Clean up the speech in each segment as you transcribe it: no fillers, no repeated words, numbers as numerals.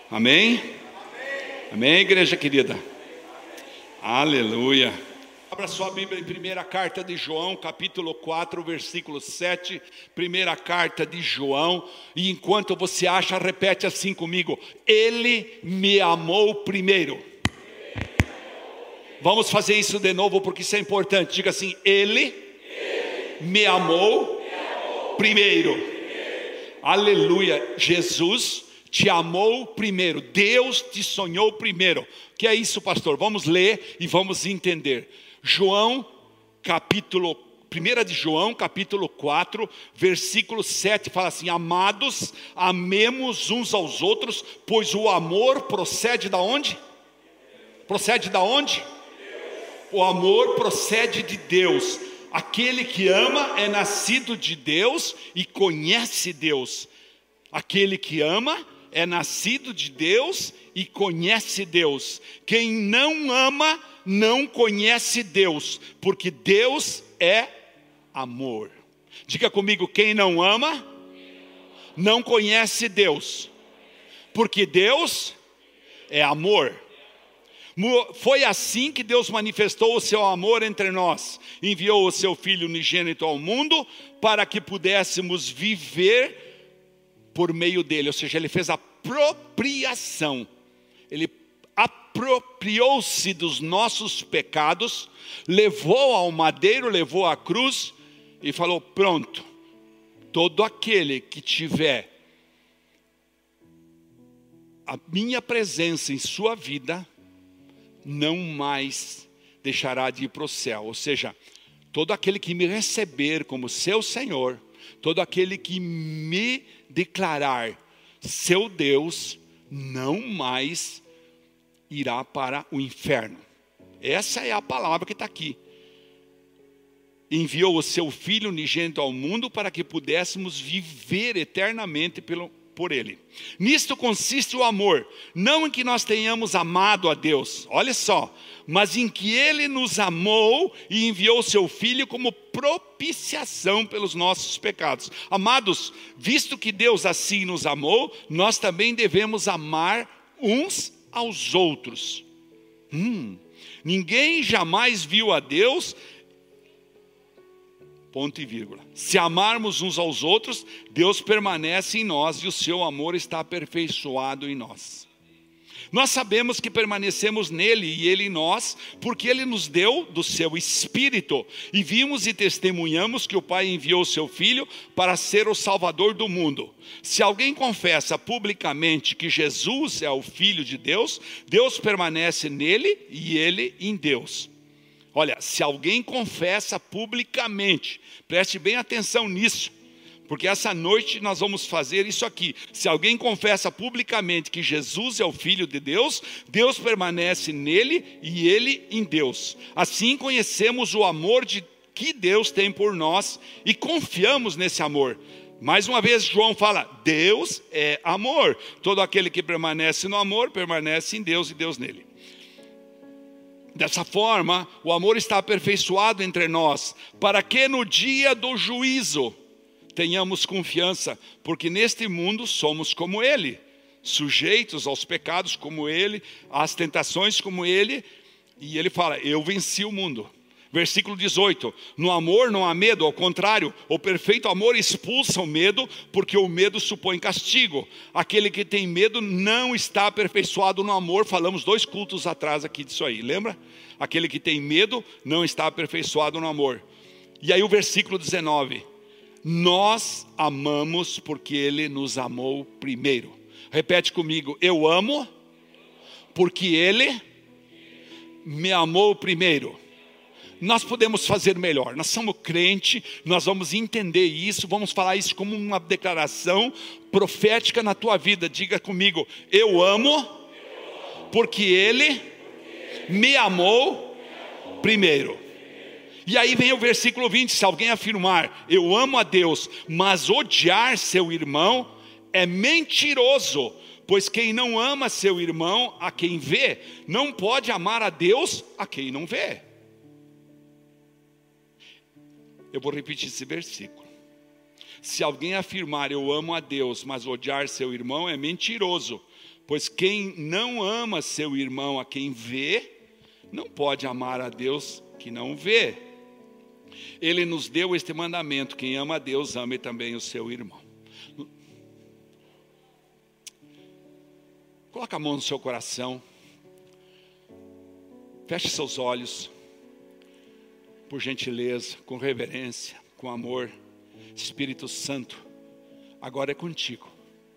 Amém? Amém, igreja querida? Aleluia. Abra sua Bíblia em 1ª carta de João, capítulo 4, versículo 7. 1ª carta de João. E enquanto você acha, repete assim comigo: Ele me amou primeiro. Vamos fazer isso de novo porque isso é importante. Diga assim: Ele me amou primeiro. Aleluia. Jesus te amou primeiro. Deus te sonhou primeiro. O que é isso, pastor? Vamos ler e vamos entender. João, 1 de João, capítulo 4, versículo 7, fala assim: Amados, amemos uns aos outros, pois o amor procede da onde? Procede da onde? O amor procede de Deus. Aquele que ama é nascido de Deus e conhece Deus. Aquele que ama é nascido de Deus e conhece Deus. Quem não ama não conhece Deus, porque Deus é amor. Diga comigo: quem não ama não conhece Deus, porque Deus é amor. Foi assim que Deus manifestou o seu amor entre nós. Enviou o seu Filho unigênito ao mundo para que pudéssemos viver por meio dele. Ou seja, ele fez a apropriação. Ele apropriou-se dos nossos pecados, levou ao madeiro, levou à cruz e falou: pronto, todo aquele que tiver a minha presença em sua vida não mais deixará de ir para o céu. Ou seja, todo aquele que me receber como seu Senhor, todo aquele que me declarar seu Deus, não mais irá para o inferno. Essa é a palavra que está aqui. Enviou o seu Filho unigênito ao mundo para que pudéssemos viver eternamente por ele. Nisto consiste o amor, não em que nós tenhamos amado a Deus, olha só, mas em que ele nos amou e enviou seu Filho como propiciação pelos nossos pecados. Amados, visto que Deus assim nos amou, nós também devemos amar uns aos outros. Ninguém jamais viu a Deus. Ponto e vírgula. Se amarmos uns aos outros, Deus permanece em nós e o seu amor está aperfeiçoado em nós. Nós sabemos que permanecemos nele e ele em nós, porque ele nos deu do seu Espírito. E vimos e testemunhamos que o Pai enviou o seu Filho para ser o Salvador do mundo. Se alguém confessa publicamente que Jesus é o Filho de Deus, Deus permanece nele e ele em Deus. Olha, se alguém confessa publicamente, preste bem atenção nisso, porque essa noite nós vamos fazer isso aqui. Se alguém confessa publicamente que Jesus é o Filho de Deus, Deus permanece nele e ele em Deus. Assim conhecemos o amor que Deus tem por nós e confiamos nesse amor. Mais uma vez João fala: Deus é amor. Todo aquele que permanece no amor, permanece em Deus e Deus nele. Dessa forma, o amor está aperfeiçoado entre nós, para que no dia do juízo tenhamos confiança, porque neste mundo somos como ele, sujeitos aos pecados como ele, às tentações como ele, e ele fala: eu venci o mundo. Versículo 18, no amor não há medo, ao contrário, o perfeito amor expulsa o medo, porque o medo supõe castigo. Aquele que tem medo não está aperfeiçoado no amor. Falamos 2 cultos atrás aqui disso aí, lembra? Aquele que tem medo não está aperfeiçoado no amor. E aí o versículo 19, nós amamos porque ele nos amou primeiro. Repete comigo: eu amo porque ele me amou primeiro. Nós podemos fazer melhor, nós somos crente, nós vamos entender isso, vamos falar isso como uma declaração profética na tua vida. Diga comigo: eu amo porque ele me amou primeiro. E aí vem o versículo 20, se alguém afirmar: eu amo a Deus, mas odiar seu irmão, é mentiroso, pois quem não ama seu irmão a quem vê, não pode amar a Deus a quem não vê. Eu vou repetir esse versículo. Se alguém afirmar: eu amo a Deus, mas odiar seu irmão, é mentiroso, Pois quem não ama seu irmão a quem vê, não pode amar a Deus que não vê. Ele nos deu este mandamento: quem ama a Deus, ame também o seu irmão. Coloca a mão no seu coração. Feche seus olhos. Por gentileza, com reverência, com amor. Espírito Santo, agora é contigo.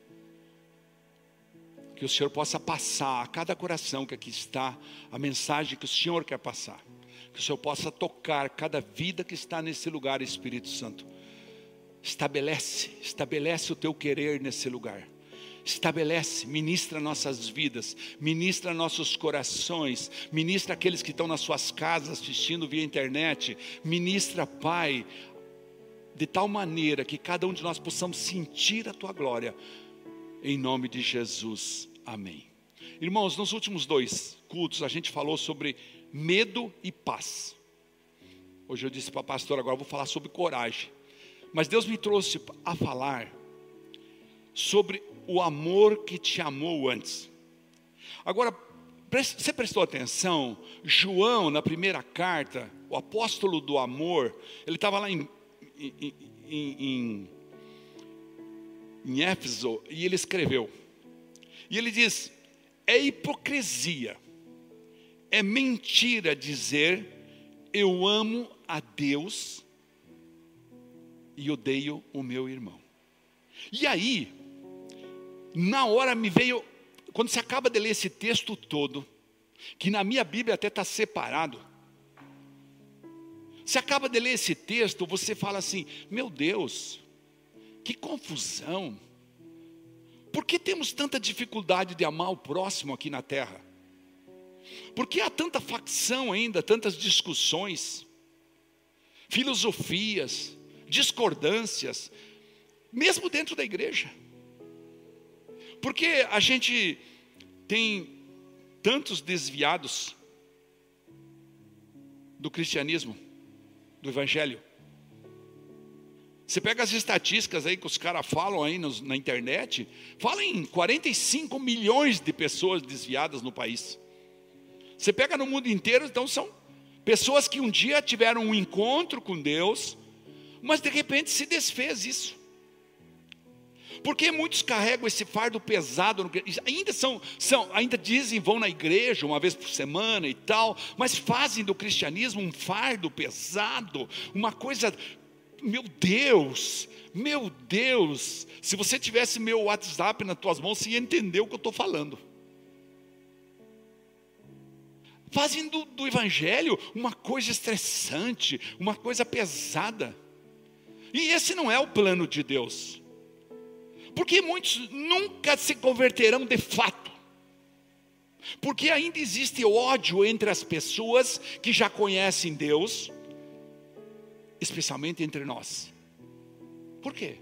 Que o Senhor possa passar a cada coração que aqui está a mensagem que o Senhor quer passar. Que o Senhor possa tocar cada vida que está nesse lugar, Espírito Santo. Estabelece o teu querer nesse lugar. Estabelece, ministra nossas vidas, ministra nossos corações, ministra aqueles que estão nas suas casas assistindo via internet. Ministra, Pai, de tal maneira que cada um de nós possamos sentir a tua glória. Em nome de Jesus, amém. Irmãos, nos últimos 2 cultos a gente falou sobre medo e paz. Hoje eu disse para a pastora, agora eu vou falar sobre coragem. Mas Deus me trouxe a falar sobre o amor que te amou antes. Agora, você prestou atenção? João, na primeira carta, o apóstolo do amor, ele estava lá em Éfeso, e ele escreveu. E ele diz: é hipocrisia, é mentira dizer eu amo a Deus e odeio o meu irmão. E aí, na hora me veio, quando você acaba de ler esse texto todo, que na minha Bíblia até está separado, você acaba de ler esse texto, você fala assim: meu Deus, que confusão. Por que temos tanta dificuldade de amar o próximo aqui na terra? Por que há tanta facção ainda, tantas discussões, filosofias, discordâncias, mesmo dentro da igreja? Por que a gente tem tantos desviados do cristianismo, do evangelho? Você pega as estatísticas aí que os caras falam aí na internet, falam em 45 milhões de pessoas desviadas no país. Você pega no mundo inteiro, então são pessoas que um dia tiveram um encontro com Deus, mas de repente se desfez isso. Porque muitos carregam esse fardo pesado, ainda dizem, vão na igreja uma vez por semana e tal, mas fazem do cristianismo um fardo pesado, uma coisa... Meu Deus, se você tivesse meu WhatsApp nas tuas mãos, você ia entender o que eu estou falando. Fazem do evangelho uma coisa estressante, uma coisa pesada. E esse não é o plano de Deus. Porque muitos nunca se converterão de fato. Porque ainda existe ódio entre as pessoas que já conhecem Deus, especialmente entre nós. Por quê?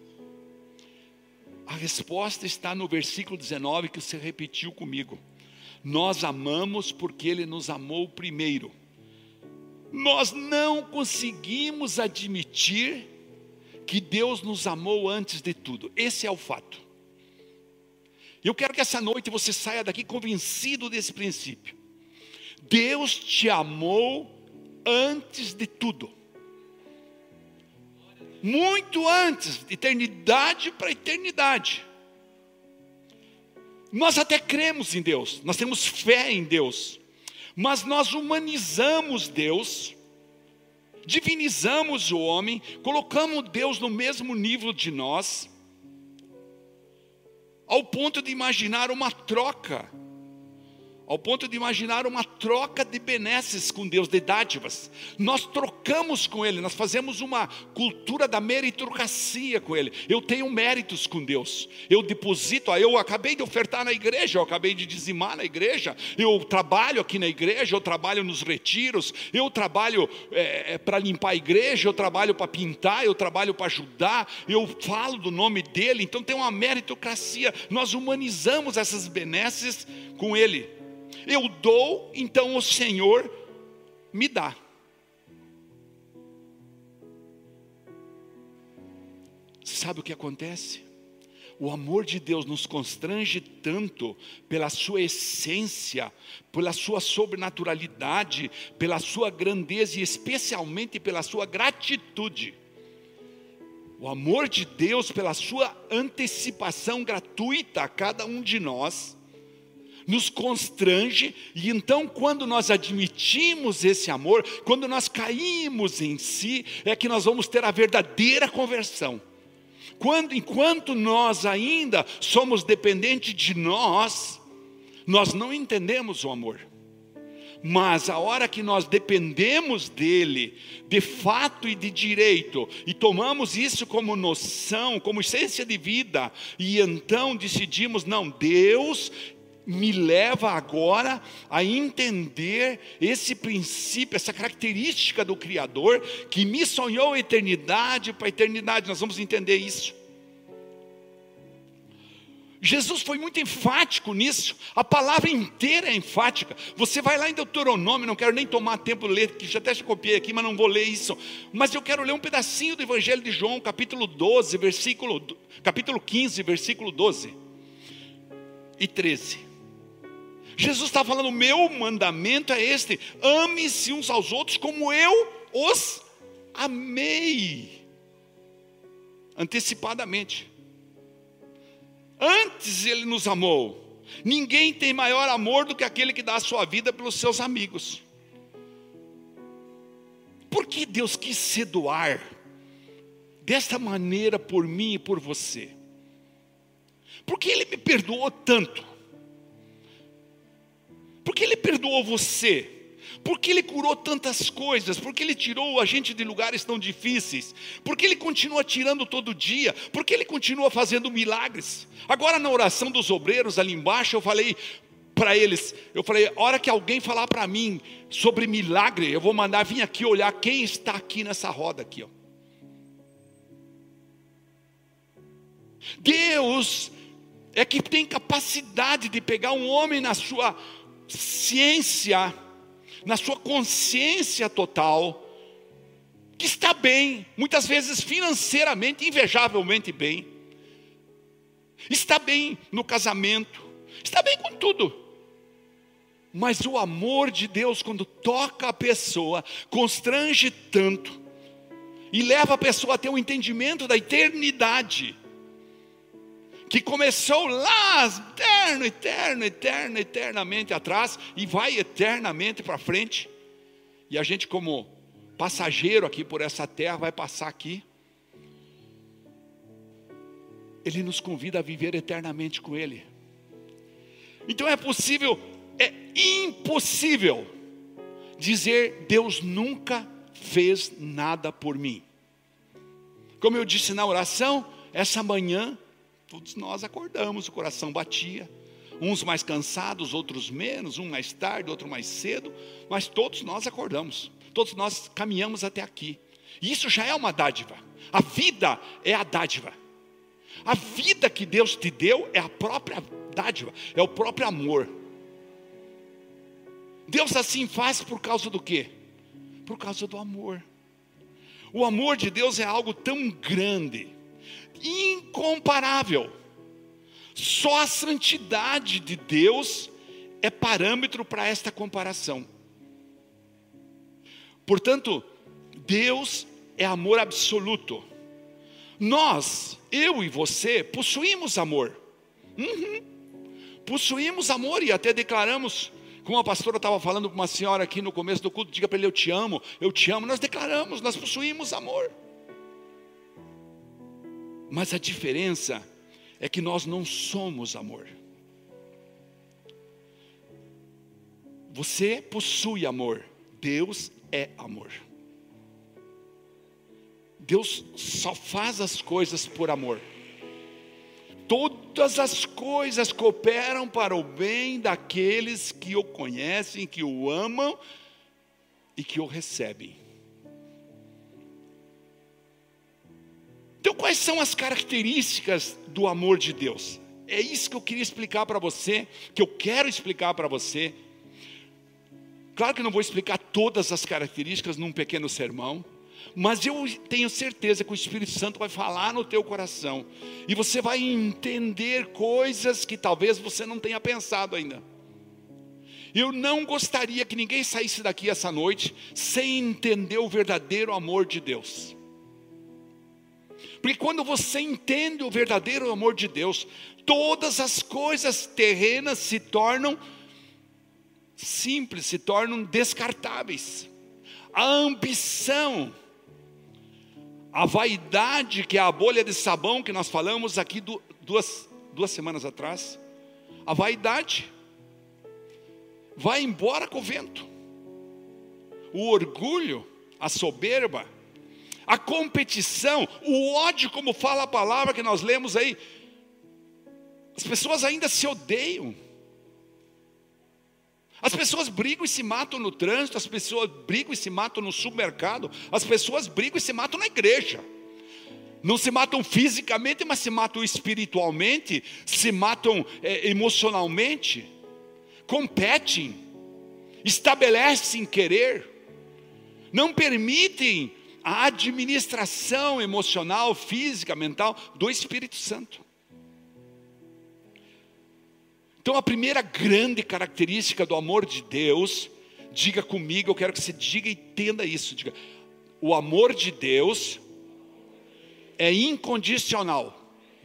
A resposta está no versículo 19 que você repetiu comigo. Nós amamos porque Ele nos amou primeiro. Nós não conseguimos admitir que Deus nos amou antes de tudo. Esse é o fato. Eu quero que essa noite você saia daqui convencido desse princípio. Deus te amou antes de tudo. Muito antes, de eternidade para eternidade. Nós até cremos em Deus, nós temos fé em Deus, mas nós humanizamos Deus, divinizamos o homem, colocamos Deus no mesmo nível de nós, ao ponto de imaginar uma troca de benesses com Deus, de dádivas. Nós trocamos com Ele, nós fazemos uma cultura da meritocracia com Ele. Eu tenho méritos com Deus, eu deposito, eu acabei de ofertar na igreja, eu acabei de dizimar na igreja, eu trabalho aqui na igreja, eu trabalho nos retiros, eu trabalho para limpar a igreja, eu trabalho para pintar, eu trabalho para ajudar, eu falo do nome dEle. Então tem uma meritocracia, nós humanizamos essas benesses com Ele. Eu dou, então o Senhor me dá. Sabe o que acontece? O amor de Deus nos constrange tanto pela sua essência, pela sua sobrenaturalidade, pela sua grandeza e especialmente pela sua gratitude. O amor de Deus, pela sua antecipação gratuita a cada um de nós, nos constrange, e então quando nós admitimos esse amor, quando nós caímos em si, é que nós vamos ter a verdadeira conversão. Enquanto nós ainda somos dependentes de nós não entendemos o amor. Mas a hora que nós dependemos dele, de fato e de direito, e tomamos isso como noção, como essência de vida, e então decidimos, não, Deus me leva agora a entender esse princípio, essa característica do Criador, que me sonhou a eternidade para a eternidade. Nós vamos entender isso. Jesus foi muito enfático nisso, a palavra inteira é enfática. Você vai lá em Deuteronômio, não quero nem tomar tempo de ler, que já até copiei aqui, mas não vou ler isso. Mas eu quero ler um pedacinho do Evangelho de João, capítulo 15, versículo 12 e 13. Jesus está falando, o meu mandamento é este: ame-se uns aos outros como eu os amei. Antecipadamente. Antes ele nos amou. Ninguém tem maior amor do que aquele que dá a sua vida pelos seus amigos. Por que Deus quis se doar desta maneira por mim e por você? Porque Ele me perdoou tanto. Porque Ele perdoou você. Porque Ele curou tantas coisas. Porque Ele tirou a gente de lugares tão difíceis. Porque Ele continua tirando todo dia. Porque Ele continua fazendo milagres. Agora na oração dos obreiros ali embaixo, eu falei para eles, a hora que alguém falar para mim sobre milagre, eu vou mandar vir aqui olhar quem está aqui nessa roda aqui, ó. Deus é que tem capacidade de pegar um homem na sua ciência, na sua consciência total, que está bem, muitas vezes financeiramente, invejavelmente bem, está bem no casamento, está bem com tudo, mas o amor de Deus, quando toca a pessoa, constrange tanto, e leva a pessoa a ter um entendimento da eternidade, que começou lá, eternamente atrás, e vai eternamente para frente, e a gente como passageiro aqui por essa terra, vai passar aqui. Ele nos convida a viver eternamente com Ele. Então é impossível dizer, Deus nunca fez nada por mim. Como eu disse na oração, essa manhã, todos nós acordamos, o coração batia, uns mais cansados, outros menos, um mais tarde, outro mais cedo, mas todos nós acordamos, todos nós caminhamos até aqui, e isso já é uma dádiva. A vida é a dádiva, a vida que Deus te deu é a própria dádiva, é o próprio amor. Deus assim faz por causa do quê? Por causa do amor. O amor de Deus é algo tão grande, incomparável. Só a santidade de Deus é parâmetro para esta comparação. Portanto, Deus é amor absoluto. Nós, eu e você, possuímos amor. Possuímos amor e até declaramos, como a pastora estava falando para uma senhora aqui no começo do culto, diga para ele, eu te amo, nós declaramos, nós possuímos amor. Mas a diferença é que nós não somos amor. Você possui amor, Deus é amor. Deus só faz as coisas por amor. Todas as coisas cooperam para o bem daqueles que o conhecem, que o amam e que o recebem. Então, quais são as características do amor de Deus? É isso que eu queria explicar para você, que eu quero explicar para você. Claro que não vou explicar todas as características num pequeno sermão, Mas eu tenho certeza que o Espírito Santo vai falar no teu coração. E você vai entender coisas que talvez você não tenha pensado ainda. Eu não gostaria que ninguém saísse daqui essa noite sem entender o verdadeiro amor de Deus. Porque quando você entende o verdadeiro amor de Deus, todas as coisas terrenas se tornam simples, se tornam descartáveis. A ambição, a vaidade, que é a bolha de sabão que nós falamos aqui duas semanas atrás, a vaidade vai embora com o vento. O orgulho, a soberba, a competição, o ódio, como fala a palavra que nós lemos aí. As pessoas ainda se odeiam. As pessoas brigam e se matam no trânsito, as pessoas brigam e se matam no supermercado, as pessoas brigam e se matam na igreja. Não se matam fisicamente, mas se matam espiritualmente, se matam emocionalmente, competem, estabelecem querer, não permitem a administração emocional, física, mental do Espírito Santo. Então a primeira grande característica do amor de Deus, diga comigo, eu quero que você diga e entenda isso, diga: o amor de Deus é incondicional.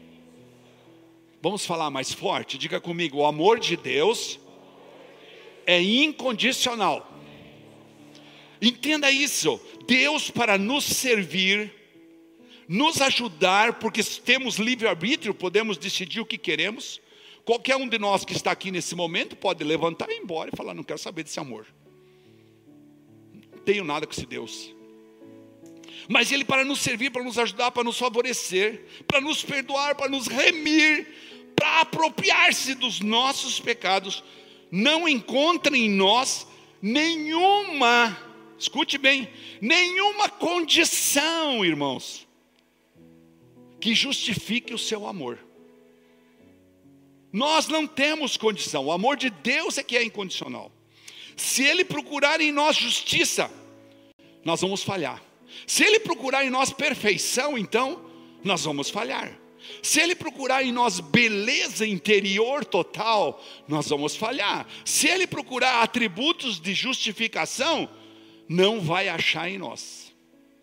Vamos falar mais forte? Diga comigo, o amor de Deus é incondicional. Entenda isso. Deus, para nos servir, nos ajudar, porque temos livre-arbítrio, podemos decidir o que queremos. Qualquer um de nós que está aqui nesse momento pode levantar e ir embora e falar: não quero saber desse amor, não tenho nada com esse Deus. Mas Ele, para nos servir, para nos ajudar, para nos favorecer, para nos perdoar, para nos remir, para apropriar-se dos nossos pecados, não encontra em nós nenhuma, escute bem, nenhuma condição, irmãos, que justifique o seu amor. Nós não temos condição, o amor de Deus é que é incondicional. Se Ele procurar em nós justiça, nós vamos falhar. Se Ele procurar em nós perfeição, então nós vamos falhar. Se Ele procurar em nós beleza interior total, nós vamos falhar. Se Ele procurar atributos de justificação, não vai achar em nós.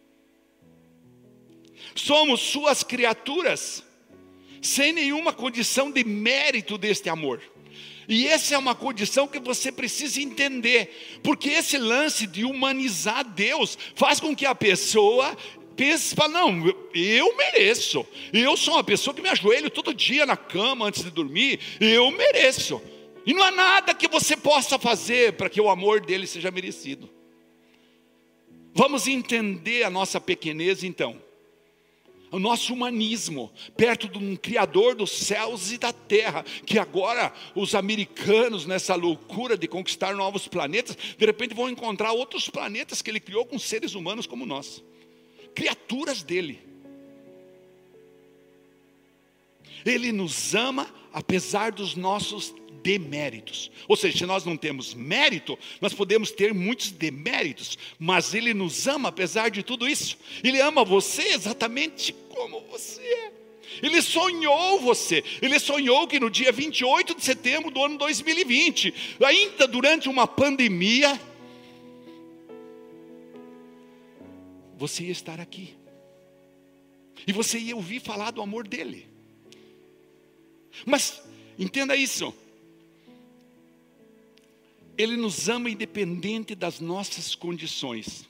Somos suas criaturas, sem nenhuma condição de mérito deste amor. E essa é uma condição que você precisa entender, porque esse lance de humanizar Deus faz com que a pessoa pense, fala: não, eu mereço, eu sou uma pessoa que me ajoelho todo dia na cama antes de dormir, eu mereço. E não há nada que você possa fazer para que o amor dele seja merecido. Vamos entender a nossa pequenez então. O nosso humanismo, perto de um Criador dos céus e da terra, que agora os americanos, nessa loucura de conquistar novos planetas, de repente vão encontrar outros planetas que Ele criou com seres humanos como nós, criaturas dEle. Ele nos ama apesar dos nossos deméritos. Ou seja, se nós não temos mérito, nós podemos ter muitos deméritos, mas Ele nos ama apesar de tudo isso. Ele ama você exatamente como você é. Ele sonhou você. Ele sonhou que no dia 28 de setembro do ano 2020, ainda durante uma pandemia, você ia estar aqui. E você ia ouvir falar do amor dEle. Mas entenda isso. Ele nos ama independente das nossas condições.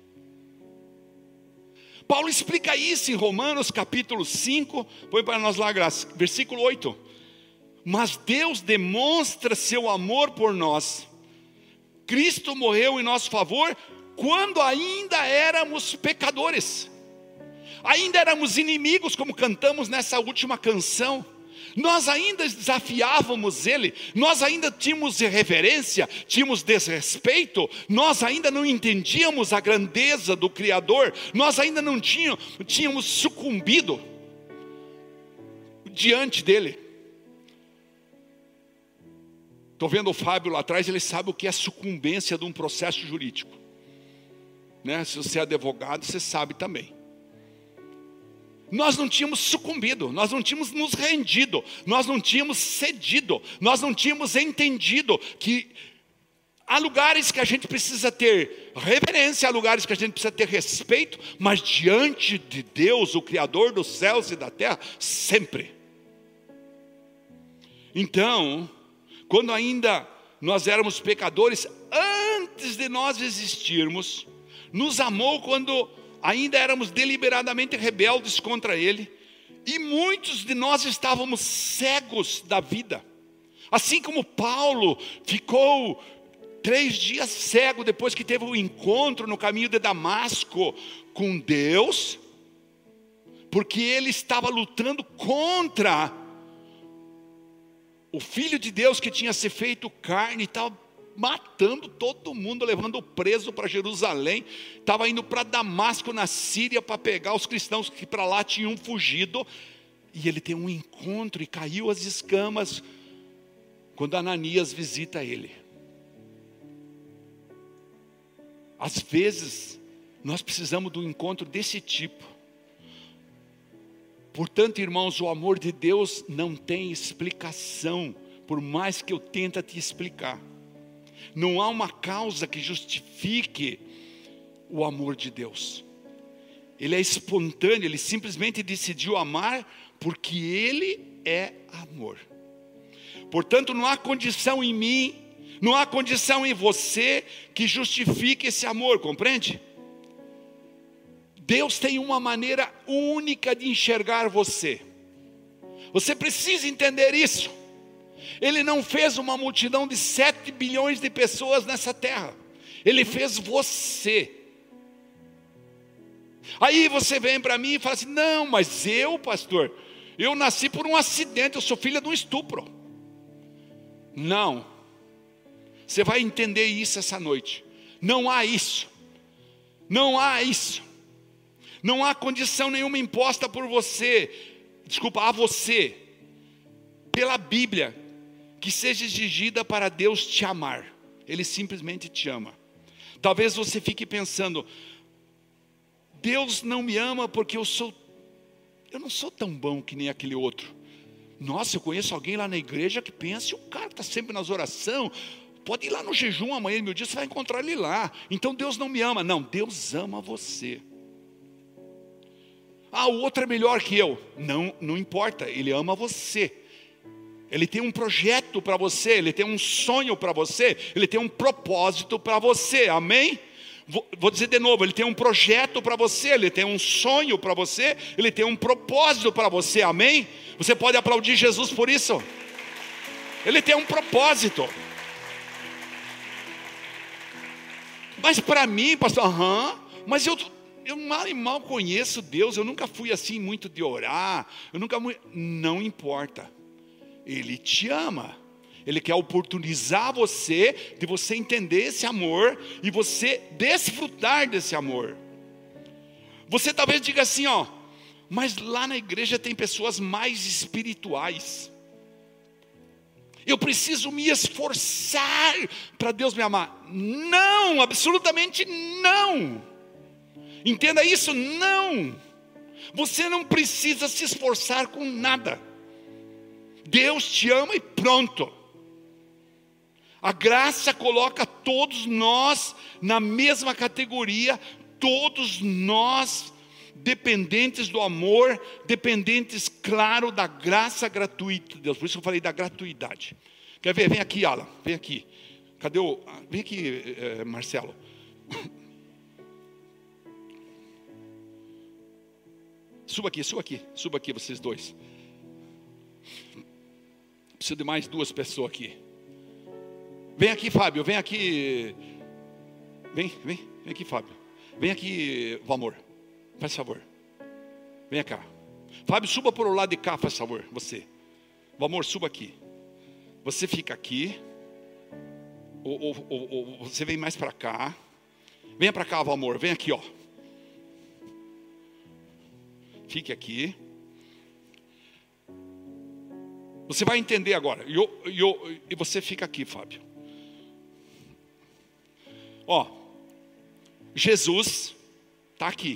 Paulo explica isso em Romanos capítulo 5, põe para nós lá, Graça, versículo 8. Mas Deus demonstra seu amor por nós. Cristo morreu em nosso favor quando ainda éramos pecadores. Ainda éramos inimigos, como cantamos nessa última canção. Nós ainda desafiávamos Ele, nós ainda tínhamos irreverência, tínhamos desrespeito, nós ainda não entendíamos a grandeza do Criador, nós ainda não tínhamos sucumbido diante dEle. Estou vendo o Fábio lá atrás, ele sabe o que é sucumbência de um processo jurídico. né? Se você é advogado, você sabe também. Nós não tínhamos sucumbido, nós não tínhamos nos rendido, nós não tínhamos cedido, nós não tínhamos entendido que há lugares que a gente precisa ter reverência, há lugares que a gente precisa ter respeito, mas diante de Deus, o Criador dos céus e da terra, sempre. Então, quando ainda nós éramos pecadores, antes de nós existirmos, nos amou quando ainda éramos deliberadamente rebeldes contra Ele, e muitos de nós estávamos cegos da vida, assim como Paulo ficou 3 dias cego depois que teve um encontro no caminho de Damasco com Deus, porque ele estava lutando contra o Filho de Deus que tinha se feito carne, estava matando todo mundo, levando preso para Jerusalém, estava indo para Damasco na Síria para pegar os cristãos que para lá tinham fugido, e ele tem um encontro e caiu as escamas quando Ananias visita ele. Às vezes nós precisamos de um encontro desse tipo. Portanto, irmãos, o amor de Deus não tem explicação, por mais que eu tente te explicar. Não há uma causa que justifique o amor de Deus. Ele é espontâneo, ele simplesmente decidiu amar porque ele é amor. Portanto, não há condição em mim, não há condição em você que justifique esse amor, compreende? Deus tem uma maneira única de enxergar você. Você precisa entender isso. Ele não fez uma multidão de 7 bilhões de pessoas nessa terra. Ele fez você. Aí você vem para mim e fala assim: não, mas eu, pastor, eu nasci por um acidente, eu sou filha de um estupro. Não. Você vai entender isso essa noite. Não há isso. Não há isso. Não há condição nenhuma imposta por você, a você, pela Bíblia, que seja exigida para Deus te amar. Ele simplesmente te ama. Talvez você fique pensando: Deus não me ama porque eu não sou tão bom que nem aquele outro. Nossa, eu conheço alguém lá na igreja que pensa, o cara está sempre nas orações, pode ir lá no jejum amanhã, meu dia, você vai encontrar ele lá. Então Deus não me ama. Não, Deus ama você. Ah, o outro é melhor que eu. Não, não importa, Ele ama você. Ele tem um projeto para você, Ele tem um sonho para você, Ele tem um propósito para você, amém? Vou dizer de novo, Ele tem um projeto para você, Ele tem um sonho para você, Ele tem um propósito para você, amém? Você pode aplaudir Jesus por isso? Ele tem um propósito. Mas para mim, pastor, mas eu mal e mal conheço Deus, eu nunca fui assim muito de orar, não importa, Ele te ama, Ele quer oportunizar você, de você entender esse amor, e você desfrutar desse amor. Você talvez diga assim, mas lá na igreja tem pessoas mais espirituais, eu preciso me esforçar para Deus me amar. Não, absolutamente não. Entenda isso, não. Você não precisa se esforçar com nada. Deus te ama e pronto. A graça coloca todos nós na mesma categoria, todos nós dependentes do amor, dependentes, claro, da graça gratuita de Deus. Por isso eu falei da gratuidade. Quer ver? Vem aqui, Alan, vem aqui. Cadê vem aqui, Marcelo. Suba aqui vocês dois. Preciso de mais 2 pessoas aqui. Vem aqui, Fábio, vem aqui. Vem aqui, Fábio. Vem aqui, Valmor, faz favor. Vem cá. Fábio, suba por o lado de cá, faz favor, você. Valmor, suba aqui. Você fica aqui. Ou você vem mais para cá. Venha para cá, Valmor, vem aqui, Fique aqui. Você vai entender agora. E você fica aqui, Fábio. Jesus está aqui.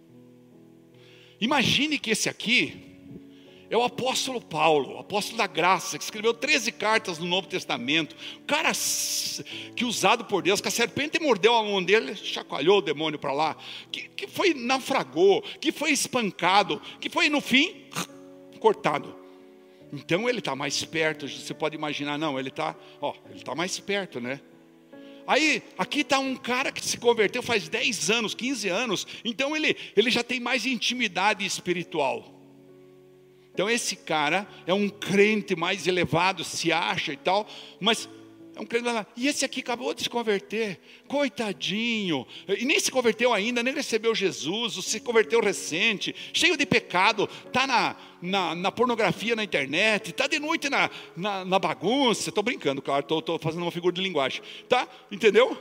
Imagine que esse aqui é o apóstolo Paulo, o apóstolo da graça, que escreveu 13 cartas no Novo Testamento. O cara que usado por Deus, que a serpente mordeu a mão dele, chacoalhou o demônio para lá, que foi naufragou, que foi espancado, que foi no fim cortado. Então ele está mais perto. Você pode imaginar, não, ele está mais perto, né? Aí, aqui está um cara que se converteu faz 10 anos, 15 anos. Então ele já tem mais intimidade espiritual. Então esse cara é um crente mais elevado, se acha e tal, mas é um crente elevado. E esse aqui acabou de se converter, coitadinho, e nem se converteu ainda, nem recebeu Jesus, se converteu recente, cheio de pecado, está na pornografia na internet, está de noite na bagunça. Estou brincando, claro, estou fazendo uma figura de linguagem, tá? Entendeu?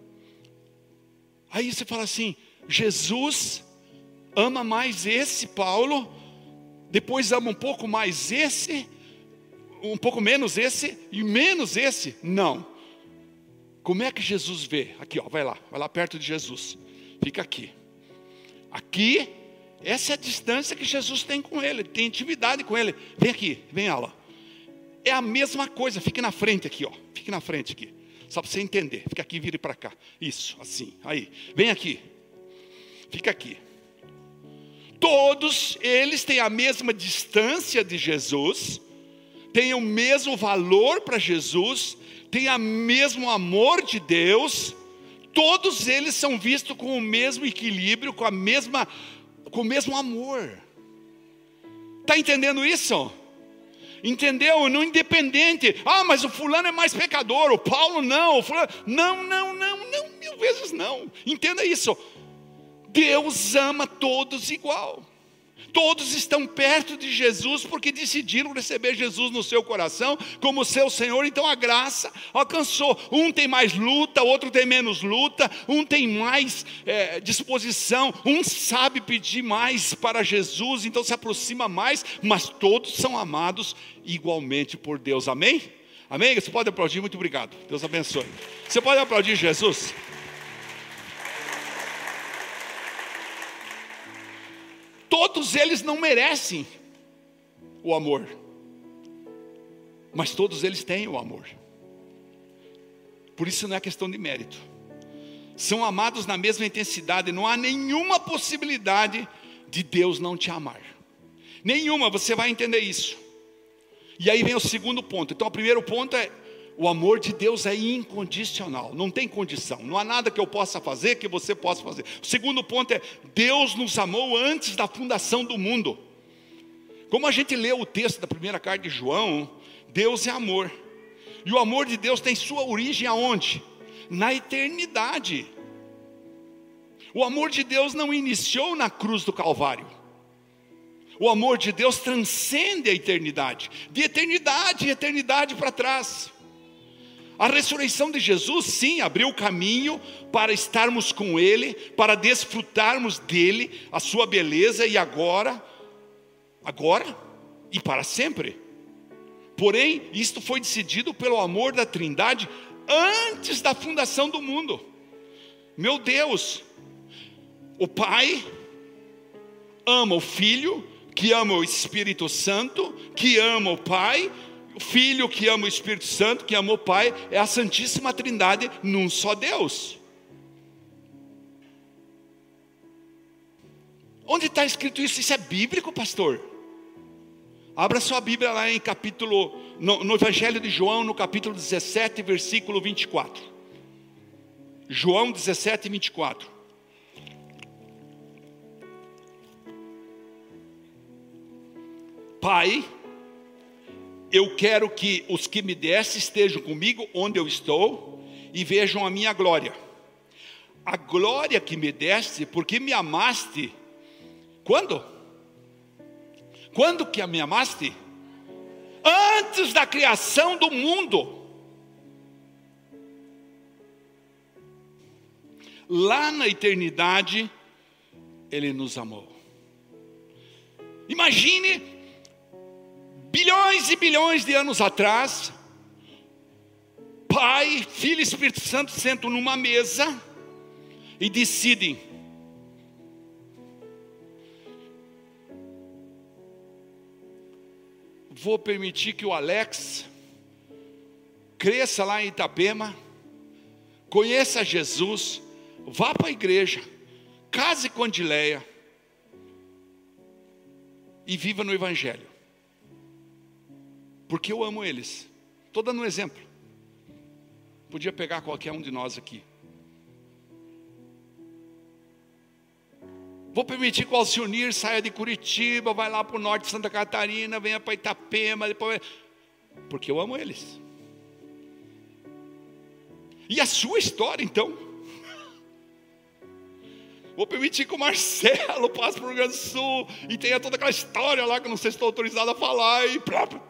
Aí você fala assim, Jesus ama mais esse Paulo, depois ama um pouco mais esse, um pouco menos esse e menos esse. Não. Como é que Jesus vê? Aqui, vai lá perto de Jesus. Fica aqui. Aqui, essa é a distância que Jesus tem com ele, tem intimidade com ele. Vem aqui, vem Ala. É a mesma coisa, fique na frente aqui, fique na frente aqui. Só para você entender, fica aqui, vire para cá. Isso, assim, aí. Vem aqui. Fica aqui. Todos eles têm a mesma distância de Jesus, têm o mesmo valor para Jesus, têm o mesmo amor de Deus. Todos eles são vistos com o mesmo equilíbrio, com o mesmo amor. Está entendendo isso? Entendeu? Não independente. Mas o fulano é mais pecador, o Paulo não, o fulano... Não, 1000 vezes não. Entenda isso. Deus ama todos igual. Todos estão perto de Jesus porque decidiram receber Jesus no seu coração como seu Senhor. Então a graça alcançou. Um tem mais luta, outro tem menos luta. Um tem mais disposição. Um sabe pedir mais para Jesus, então se aproxima mais. Mas todos são amados igualmente por Deus. Amém? Amém? Você pode aplaudir? Muito obrigado. Deus abençoe. Você pode aplaudir Jesus? Todos eles não merecem o amor, mas todos eles têm o amor. Por isso não é questão de mérito. São amados na mesma intensidade. Não há nenhuma possibilidade de Deus não te amar. Nenhuma, você vai entender isso. E aí vem o segundo ponto. Então o primeiro ponto é: o amor de Deus é incondicional, não tem condição, não há nada que eu possa fazer que você possa fazer. O segundo ponto é: Deus nos amou antes da fundação do mundo. Como a gente lê o texto da primeira carta de João, Deus é amor. E o amor de Deus tem sua origem aonde? Na eternidade. O amor de Deus não iniciou na cruz do Calvário. O amor de Deus transcende a eternidade, de eternidade em eternidade para trás. A ressurreição de Jesus, sim, abriu o caminho para estarmos com Ele, para desfrutarmos dEle, a sua beleza, e agora e para sempre. Porém, isto foi decidido pelo amor da Trindade antes da fundação do mundo. Meu Deus, o Pai ama o Filho, que ama o Espírito Santo, que ama o Pai. O Filho que ama o Espírito Santo, que ama o Pai, é a Santíssima Trindade num só Deus. Onde está escrito isso? Isso é bíblico, pastor? Abra sua Bíblia lá em no Evangelho de João, no capítulo 17, versículo 24. João 17, 24. Pai, eu quero que os que me deste estejam comigo onde eu estou e vejam a minha glória. A glória que me deste, porque me amaste. Quando? Quando que me amaste? Antes da criação do mundo. Lá na eternidade, Ele nos amou. Imagine, bilhões e bilhões de anos atrás, Pai, Filho e Espírito Santo sentam numa mesa e decidem: vou permitir que o Alex cresça lá em Itapema, conheça Jesus, vá para a igreja, case com a Andileia e viva no Evangelho, porque eu amo eles. Estou dando um exemplo, podia pegar qualquer um de nós aqui. Vou permitir que o Alcionir saia de Curitiba, vai lá para o norte de Santa Catarina, venha para Itapema, depois... porque eu amo eles. E a sua história, então? Vou permitir que o Marcelo passe para o Rio Grande do Sul e tenha toda aquela história lá que eu não sei se estou autorizado a falar e...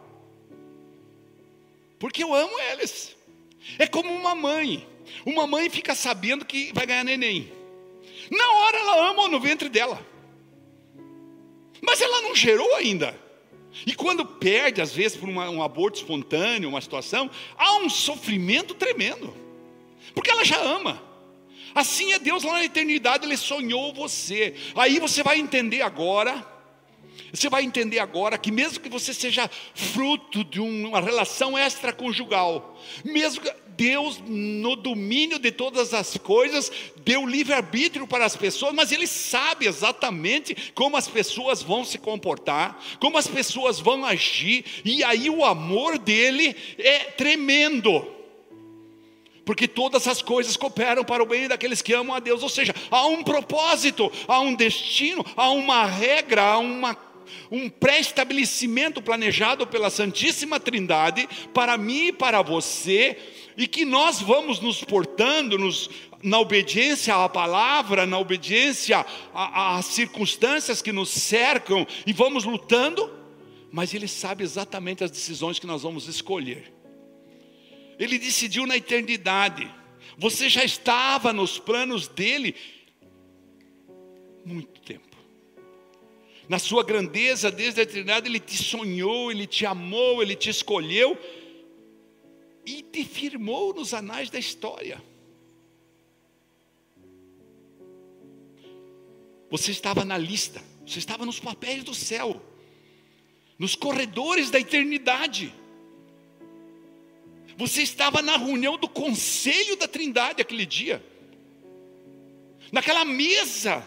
porque eu amo eles. É como uma mãe. Uma mãe fica sabendo que vai ganhar neném. Na hora ela ama no ventre dela, mas ela não gerou ainda. E quando perde, às vezes por um aborto espontâneo, uma situação, há um sofrimento tremendo, porque ela já ama. Assim é Deus lá na eternidade, Ele sonhou você. Aí você vai entender agora, que mesmo que você seja fruto de uma relação extraconjugal, mesmo que Deus, no domínio de todas as coisas, deu livre-arbítrio para as pessoas, mas Ele sabe exatamente como as pessoas vão se comportar, como as pessoas vão agir, e aí o amor dEle é tremendo, porque todas as coisas cooperam para o bem daqueles que amam a Deus. Ou seja, há um propósito, há um destino, há uma regra, há um pré-estabelecimento planejado pela Santíssima Trindade para mim e para você, e que nós vamos nos portando na obediência à palavra, na obediência às circunstâncias que nos cercam, e vamos lutando, mas Ele sabe exatamente as decisões que nós vamos escolher. Ele decidiu na eternidade. Você já estava nos planos dEle muito tempo. Na sua grandeza, desde a eternidade, Ele te sonhou, Ele te amou, Ele te escolheu e te firmou nos anais da história. Você estava na lista, você estava nos papéis do céu, nos corredores da eternidade. Você estava na reunião do conselho da Trindade aquele dia, naquela mesa.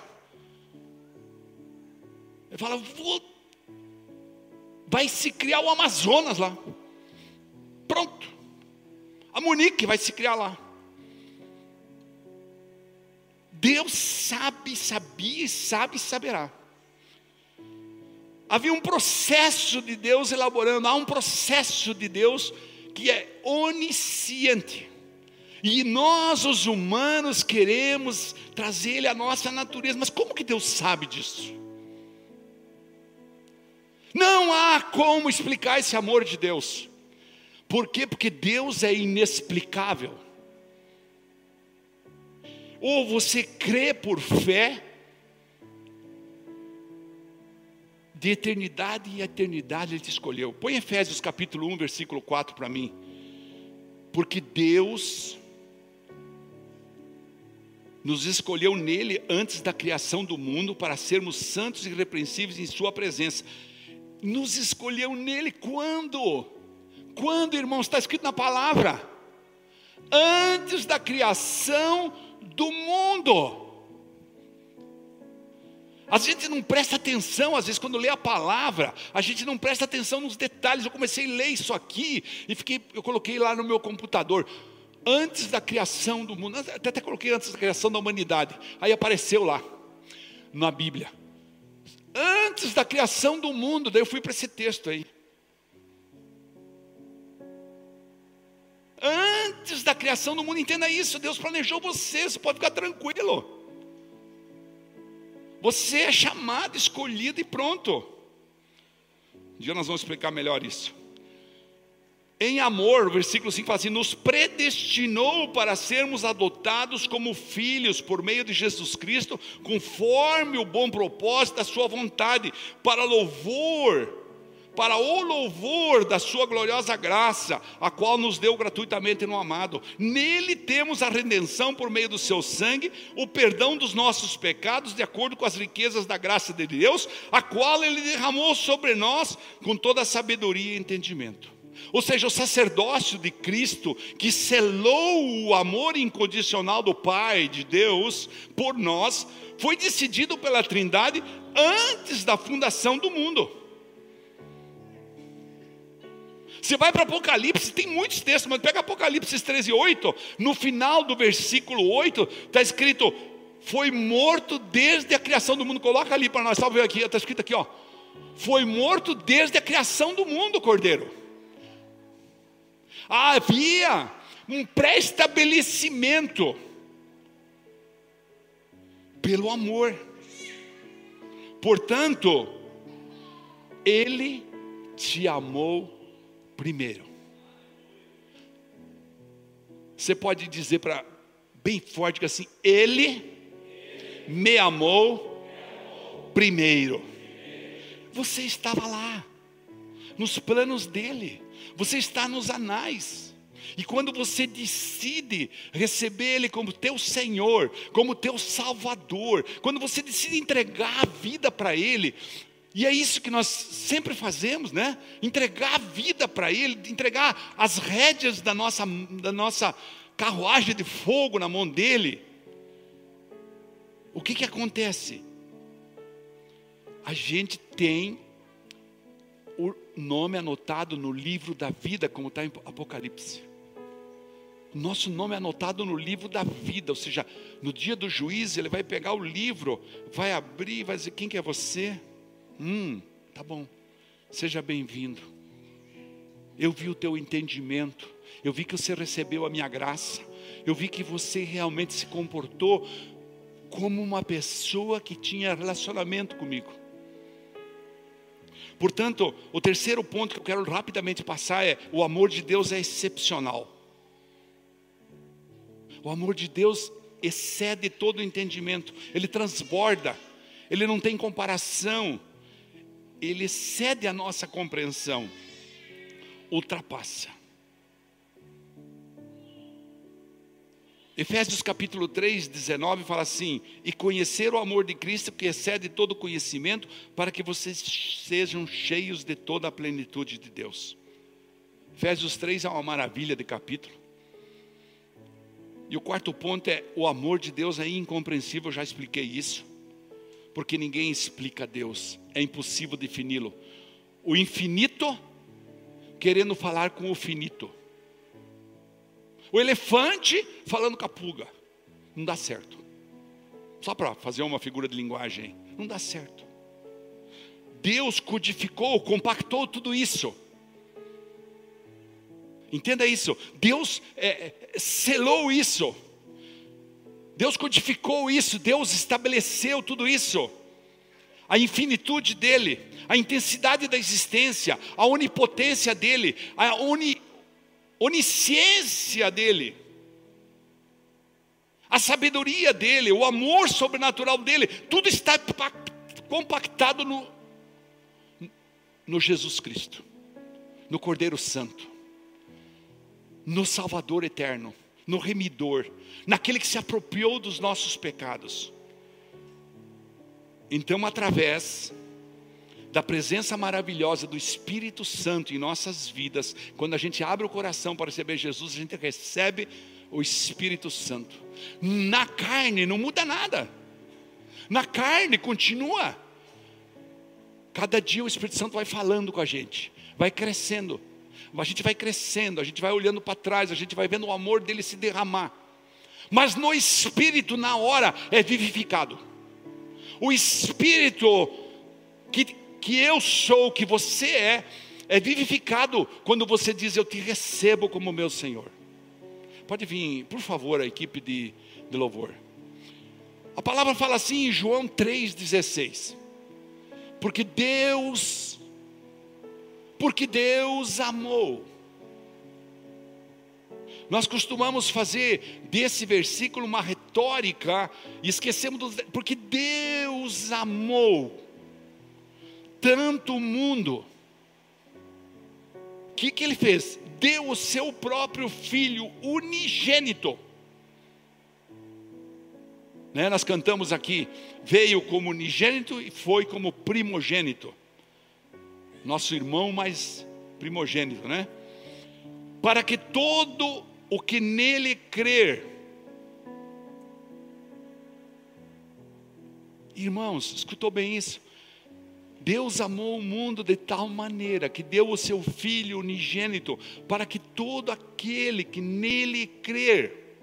Ele fala: vai se criar o Amazonas lá. Pronto. A Monique vai se criar lá. Deus sabe, sabia e sabe e saberá. Havia um processo de Deus elaborando. Há um processo de Deus que é onisciente. E nós, os humanos, queremos trazer Ele à nossa natureza. Mas como que Deus sabe disso? Não há como explicar esse amor de Deus. Por quê? Porque Deus é inexplicável. Ou você crê por fé, de eternidade em eternidade Ele te escolheu. Põe Efésios capítulo 1, versículo 4 para mim. Porque Deus nos escolheu nele antes da criação do mundo para sermos santos e irrepreensíveis em sua presença. Nos escolheu nele quando? Quando, irmãos? Está escrito na palavra: antes da criação do mundo. A gente não presta atenção, às vezes quando lê a palavra, a gente não presta atenção nos detalhes. Eu comecei a ler isso aqui e eu coloquei lá no meu computador: antes da criação do mundo. Até coloquei antes da criação da humanidade. Aí apareceu lá na Bíblia: antes da criação do mundo. Daí eu fui para esse texto aí. Antes da criação do mundo. Entenda isso, Deus planejou você pode ficar tranquilo. Você é chamado, escolhido e pronto. Um dia nós vamos explicar melhor isso. Em amor, o versículo 5 fala assim: nos predestinou para sermos adotados como filhos por meio de Jesus Cristo, conforme o bom propósito da sua vontade, para louvor para o louvor da sua gloriosa graça, a qual nos deu gratuitamente no amado. Nele temos a redenção por meio do seu sangue, o perdão dos nossos pecados, de acordo com as riquezas da graça de Deus, a qual ele derramou sobre nós com toda a sabedoria e entendimento. Ou seja, o sacerdócio de Cristo, que selou o amor incondicional do Pai, de Deus, por nós, foi decidido pela Trindade antes da fundação do mundo. Você vai para Apocalipse, tem muitos textos, mas pega Apocalipse 13:8, no final do versículo 8, está escrito: foi morto desde a criação do mundo. Coloca ali para nós, só ver aqui, está escrito aqui, ó. Foi morto desde a criação do mundo, Cordeiro. Havia um pré-estabelecimento pelo amor. Portanto, Ele te amou primeiro. Você pode dizer bem forte que assim: Ele me amou primeiro. Você estava lá, nos planos dele. Você está nos anais. E quando você decide receber Ele como teu Senhor, como teu Salvador, quando você decide entregar a vida para Ele, e é isso que nós sempre fazemos, né? Entregar a vida para Ele, entregar as rédeas da nossa carruagem de fogo na mão dEle. O que acontece? A gente tem o nome anotado no livro da vida, como está em Apocalipse. Nosso nome é anotado no livro da vida, ou seja, no dia do juízo ele vai pegar o livro, vai abrir, vai dizer: quem que é você? Tá bom, seja bem-vindo. Eu vi o teu entendimento, eu vi que você recebeu a minha graça, eu vi que você realmente se comportou como uma pessoa que tinha relacionamento comigo. Portanto, o terceiro ponto que eu quero rapidamente passar é: o amor de Deus é excepcional. O amor de Deus excede todo o entendimento, ele transborda, ele não tem comparação, ele excede a nossa compreensão, ultrapassa. Efésios capítulo 3, 19 fala assim: e conhecer o amor de Cristo que excede todo conhecimento, para que vocês sejam cheios de toda a plenitude de Deus. Efésios 3 é uma maravilha de capítulo. E o quarto ponto é: o amor de Deus é incompreensível. Eu já expliquei isso, porque ninguém explica Deus, é impossível defini-lo. O infinito querendo falar com o finito. O elefante falando com a pulga. Não dá certo. Só para fazer uma figura de linguagem, não dá certo. Deus codificou, compactou tudo isso. Entenda isso. Deus selou isso. Deus codificou isso. Deus estabeleceu tudo isso. A infinitude dele, a intensidade da existência, a onipotência dele, a onisciência dele, a sabedoria dele, o amor sobrenatural dele, tudo está compactado no Jesus Cristo, no Cordeiro Santo, no Salvador eterno, no Remidor, naquele que se apropriou dos nossos pecados. Então, através da presença maravilhosa do Espírito Santo em nossas vidas, quando a gente abre o coração para receber Jesus, a gente recebe o Espírito Santo. Na carne não muda nada, na carne continua. Cada dia o Espírito Santo vai falando com a gente, vai crescendo. A gente vai crescendo, a gente vai olhando para trás, a gente vai vendo o amor dele se derramar. Mas no Espírito, na hora, é vivificado. O Espírito que eu sou, que você é vivificado quando você diz: eu te recebo como meu Senhor. Pode vir, por favor, a equipe de louvor. A palavra fala assim em João 3,16. Porque Deus amou. Nós costumamos fazer desse versículo uma retórica e esquecemos porque Deus amou tanto o mundo que ele fez? Deu o seu próprio Filho unigênito. Né? Nós cantamos aqui, veio como unigênito e foi como primogênito. Nosso irmão mais primogênito, né? Para que todo o que nele crer. Irmãos, escutou bem isso? Deus amou o mundo de tal maneira que deu o seu Filho unigênito, para que todo aquele que nele crer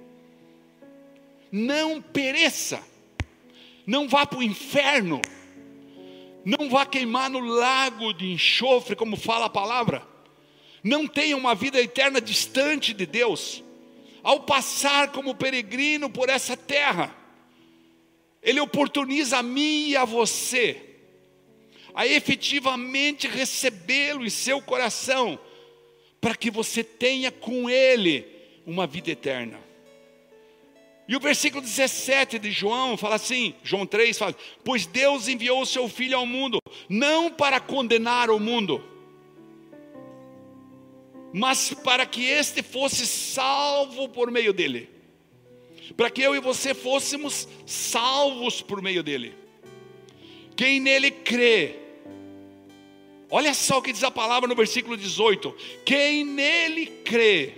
não pereça, não vá para o inferno, não vá queimar no lago de enxofre, como fala a palavra, não tenha uma vida eterna distante de Deus. Ao passar como peregrino por essa terra, Ele oportuniza a mim e a você a efetivamente recebê-lo em seu coração, para que você tenha com Ele uma vida eterna. E o versículo 17 de João fala assim, João 3 fala: pois Deus enviou o seu Filho ao mundo, não para condenar o mundo, mas para que este fosse salvo por meio dele. Para que eu e você fôssemos salvos por meio dele. Quem nele crê, olha só o que diz a palavra no versículo 18: quem nele crê,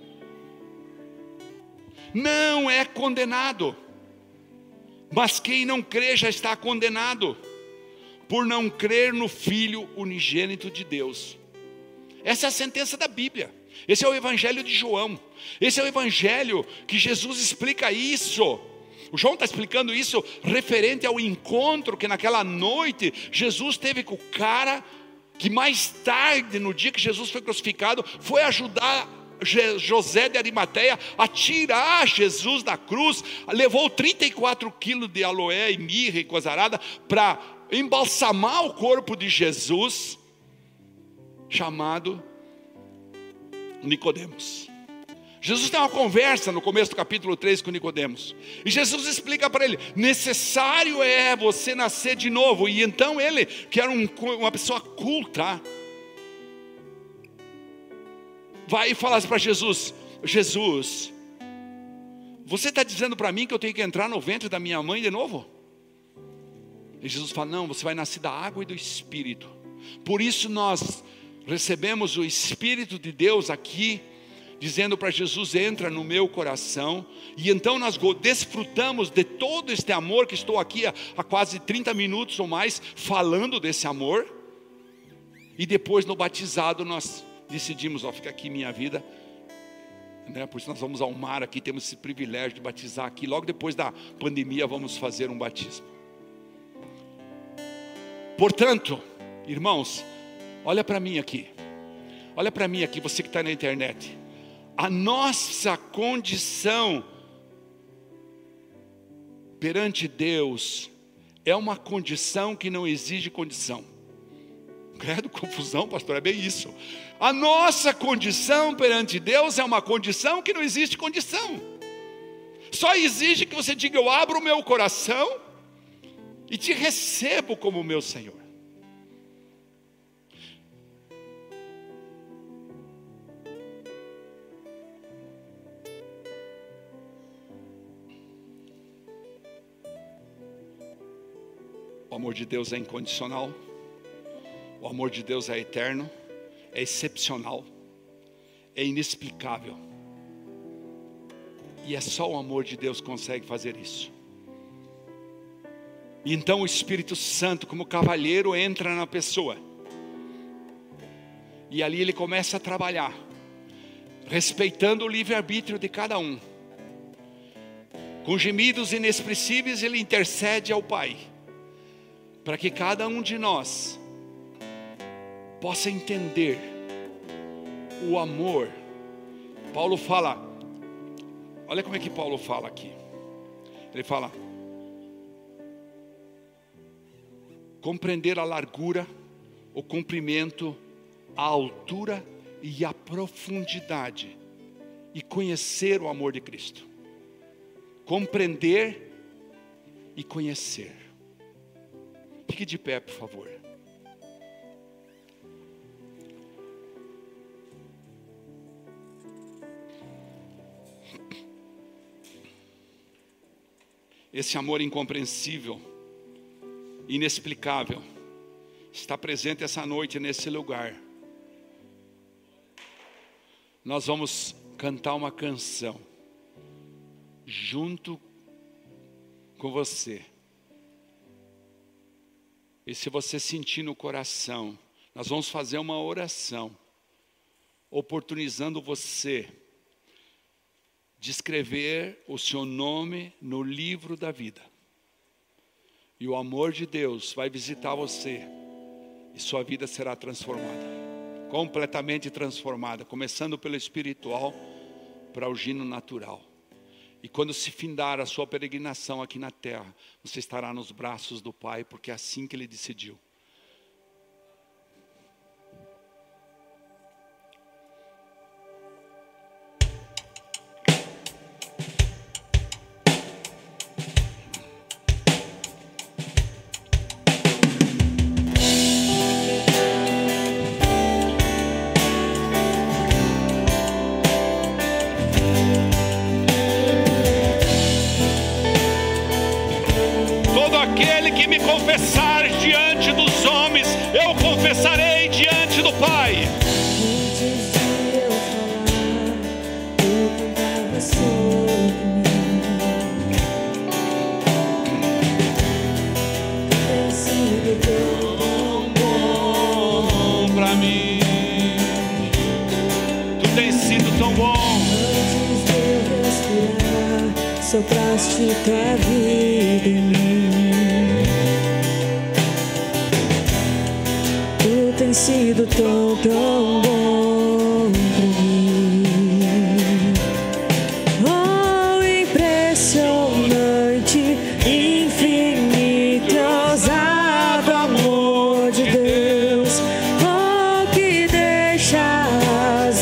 não é condenado, mas quem não crê já está condenado, por não crer no Filho unigênito de Deus. Essa é a sentença da Bíblia. Esse é o Evangelho de João. Esse é o Evangelho que Jesus explica isso. O João está explicando isso referente ao encontro que naquela noite Jesus teve com o cara que mais tarde, no dia que Jesus foi crucificado, foi ajudar José de Arimateia a tirar Jesus da cruz. Levou 34 quilos de aloé e mirra e coisa arada para embalsamar o corpo de Jesus, chamado Nicodemos. Jesus tem uma conversa no começo do capítulo 3 com Nicodemos, e Jesus explica para ele: necessário é você nascer de novo. E então ele, que era uma pessoa culta, vai e fala para Jesus: Jesus, você está dizendo para mim que eu tenho que entrar no ventre da minha mãe de novo? E Jesus fala: não, você vai nascer da água e do Espírito. Por isso nós recebemos o Espírito de Deus aqui, dizendo para Jesus: entra no meu coração. E então nós desfrutamos de todo este amor, que estou aqui há quase 30 minutos ou mais falando desse amor. E depois no batizado nós decidimos: fica aqui minha vida, né? Por isso nós vamos ao mar aqui, temos esse privilégio de batizar aqui. Logo depois da pandemia vamos fazer um batismo. Portanto, irmãos, olha para mim aqui, você que está na internet. A nossa condição perante Deus é uma condição que não exige condição. Credo, confusão, pastor, é bem isso. A nossa condição perante Deus é uma condição que não existe condição. Só exige que você diga: eu abro o meu coração e te recebo como meu Senhor. O amor de Deus é incondicional. O amor de Deus é eterno, é excepcional, é inexplicável. E é só o amor de Deus que consegue fazer isso. E então o Espírito Santo, como cavalheiro, entra na pessoa. E ali ele começa a trabalhar, respeitando o livre-arbítrio de cada um. Com gemidos inexpressíveis ele intercede ao Pai, para que cada um de nós possa entender o amor. Paulo fala, olha como é que Paulo fala aqui. Ele fala: compreender a largura, o comprimento, a altura e a profundidade, e conhecer o amor de Cristo. Compreender e conhecer. Fique de pé, por favor. esse amor incompreensível, inexplicável, está presente essa noite nesse lugar. Nós vamos cantar uma canção junto com você. E se você sentir no coração, nós vamos fazer uma oração, oportunizando você de escrever o seu nome no livro da vida. E o amor de Deus vai visitar você, e sua vida será transformada, completamente transformada, começando pelo espiritual para o gino natural. E quando se findar a sua peregrinação aqui na terra, você estará nos braços do Pai, porque é assim que Ele decidiu. Aquele que me confessar diante dos homens, eu confessarei diante do Pai. Antes de eu falar, eu cantava sobre mim. Tem sido tão bom pra mim. Tu tens sido tão bom. Antes de eu respirar, sopraste tua vida em mim. Tem sido tão, tão bom pra mim. Oh, impressionante, infinito, ousado amor de Deus. Oh, que deixa as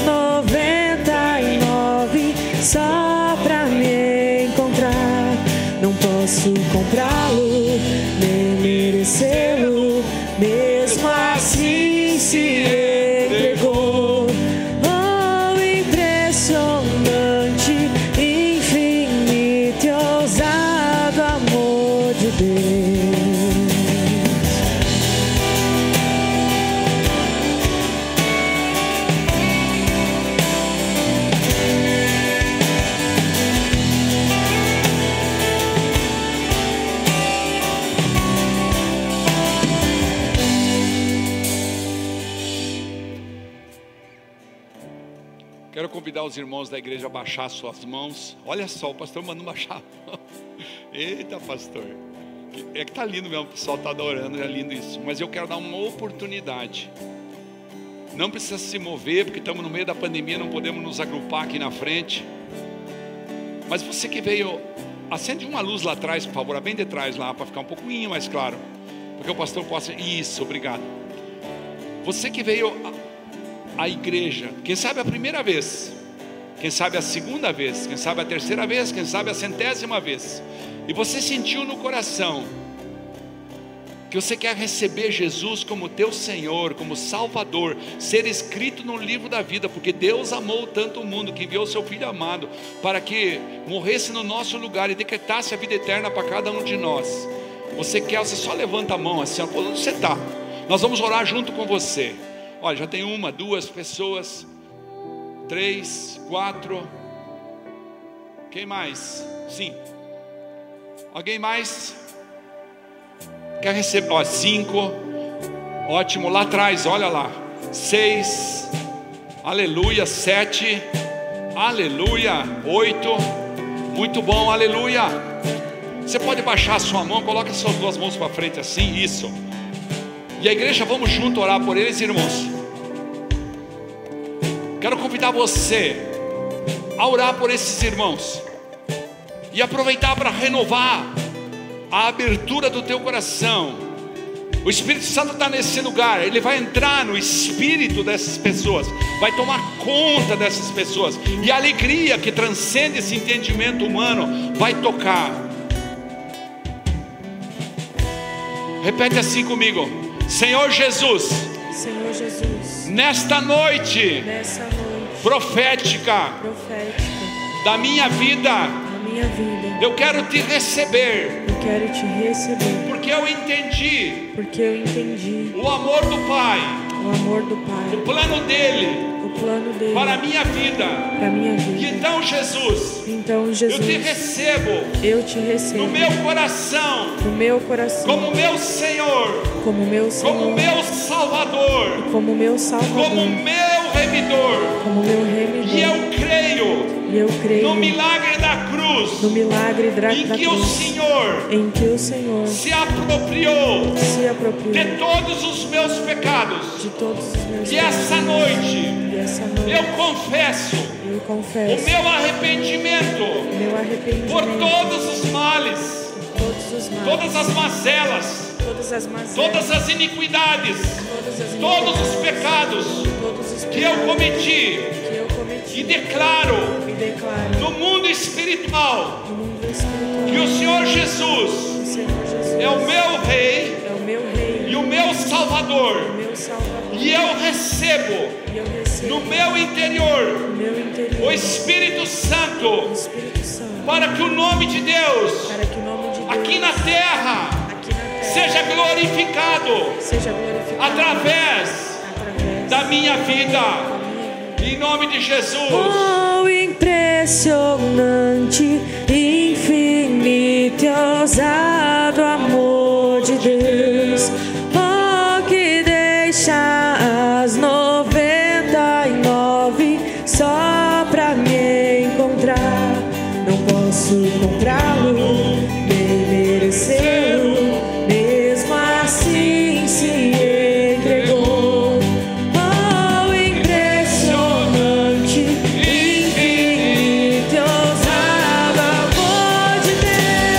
99 só pra me encontrar. Não posso comprá-lo, nem merecê-lo, mesmo assim se entregou. Oh, impressionante, infinito e ousado amor de Deus. Quero convidar os irmãos da igreja a baixar suas mãos. Olha só, o pastor mandou baixar a mão. Eita, pastor. É que tá lindo mesmo, o pessoal tá adorando, é lindo isso. Mas eu quero dar uma oportunidade. Não precisa se mover, porque estamos no meio da pandemia, não podemos nos agrupar aqui na frente. Mas você que veio, acende uma luz lá atrás, por favor, bem de trás lá, para ficar um pouquinho mais claro. Porque o pastor possa... Isso, obrigado. Você que veio... a igreja, quem sabe a primeira vez, quem sabe a segunda vez, quem sabe a terceira vez, quem sabe a 100ª vez, e você sentiu no coração que você quer receber Jesus como teu Senhor, como Salvador, ser escrito no livro da vida, porque Deus amou tanto o mundo que enviou seu Filho amado para que morresse no nosso lugar e decretasse a vida eterna para cada um de nós. Você quer, você só levanta a mão assim, onde você está, nós vamos orar junto com você. Olha, já tem 1, 2 pessoas, 3, 4. Quem mais? Sim. Alguém mais? Quer receber? Ó, 5. Ótimo, lá atrás, olha lá. 6. Aleluia. 7. Aleluia. 8. Muito bom, aleluia. Você pode baixar a sua mão, coloca as suas 2 mãos para frente assim, isso. E a igreja, vamos junto orar por eles, irmãos. Quero convidar você a orar por esses irmãos e aproveitar para renovar a abertura do teu coração. O Espírito Santo está nesse lugar, ele vai entrar no espírito dessas pessoas, vai tomar conta dessas pessoas, e a alegria que transcende esse entendimento humano vai tocar. Repete assim comigo: Senhor Jesus, Senhor Jesus, nesta noite nessa noite profética profética da minha vida, da minha minha vida. Eu quero te receber, Eu quero te receber, porque eu entendi porque eu entendi o amor do Pai, o amor do o Pai, plano dele o plano dele para a minha vida. para minha E vida. então, Jesus, Então, eu te Jesus, recebo eu te no recebo meu coração no meu coração como meu Senhor, como meu como Senhor, meu Salvador, como meu como Salvador, meu remidor. como meu E remidor. eu creio E eu creio no milagre da cruz, no milagre da em que o cruz, Senhor em que o Senhor se apropriou se apropriou de todos os meus pecados. de todos os meus E essa pecados. noite E essa noite eu confesso eu o confesso meu arrependimento meu arrependimento por todos os males, todos os males, todas as mazelas, todas as mazelas, todas as iniquidades, todas as todos os iniquidades, pecados todos os que eu pecados cometi, que eu cometi, e declaro e declaro no mundo espiritual no mundo espiritual que o Senhor Jesus o Senhor Jesus é o meu Rei é o meu Rei e o meu Salvador, o meu Salvador, e eu recebo e eu recebo no meu interior no meu interior o Espírito Santo, o Espírito Santo, para que o nome de Deus para que o nome de Deus aqui na terra aqui na terra seja glorificado seja glorificado através através da minha vida, da minha vida. em nome de Jesus. Oh, impressionante, infinito e ousado amor de Deus. Oh, que deixa as 99 só pra me encontrar. Não posso comprá-lo, nem merecê-lo, mesmo assim se entregou. Oh, impressionante, infinito e ousado amor de Deus.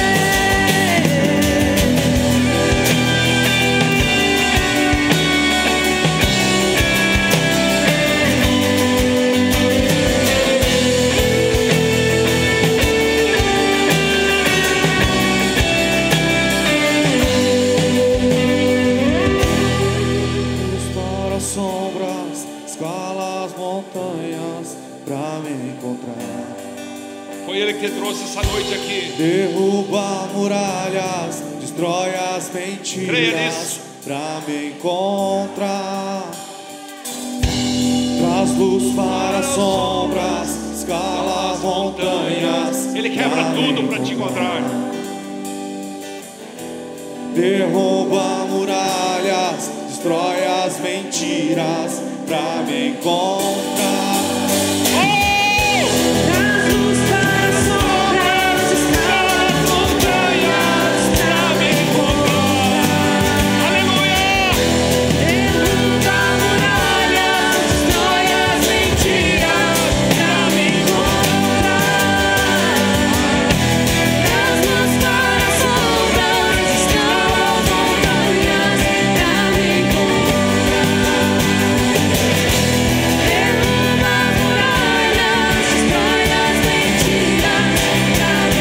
Luz para as sombras, escala as montanhas pra me encontrar. Foi Ele que te trouxe essa noite aqui. Derruba muralhas, destrói as Creia mentiras nisso. pra me encontrar. Traz luz para as sombras, escala as montanhas. Ele quebra pra me tudo para te encontrar. Derruba muralhas, destrói as mentiras pra me encontrar. Traz luz para as sombras, escala as montanhas pra me encontrar. Aleluia! Derruba muralhas, destrói as mentiras pra me encontrar. Traz luz para as sombras, escala as montanhas pra me encontrar. Derruba muralhas, destrói as mentiras pra me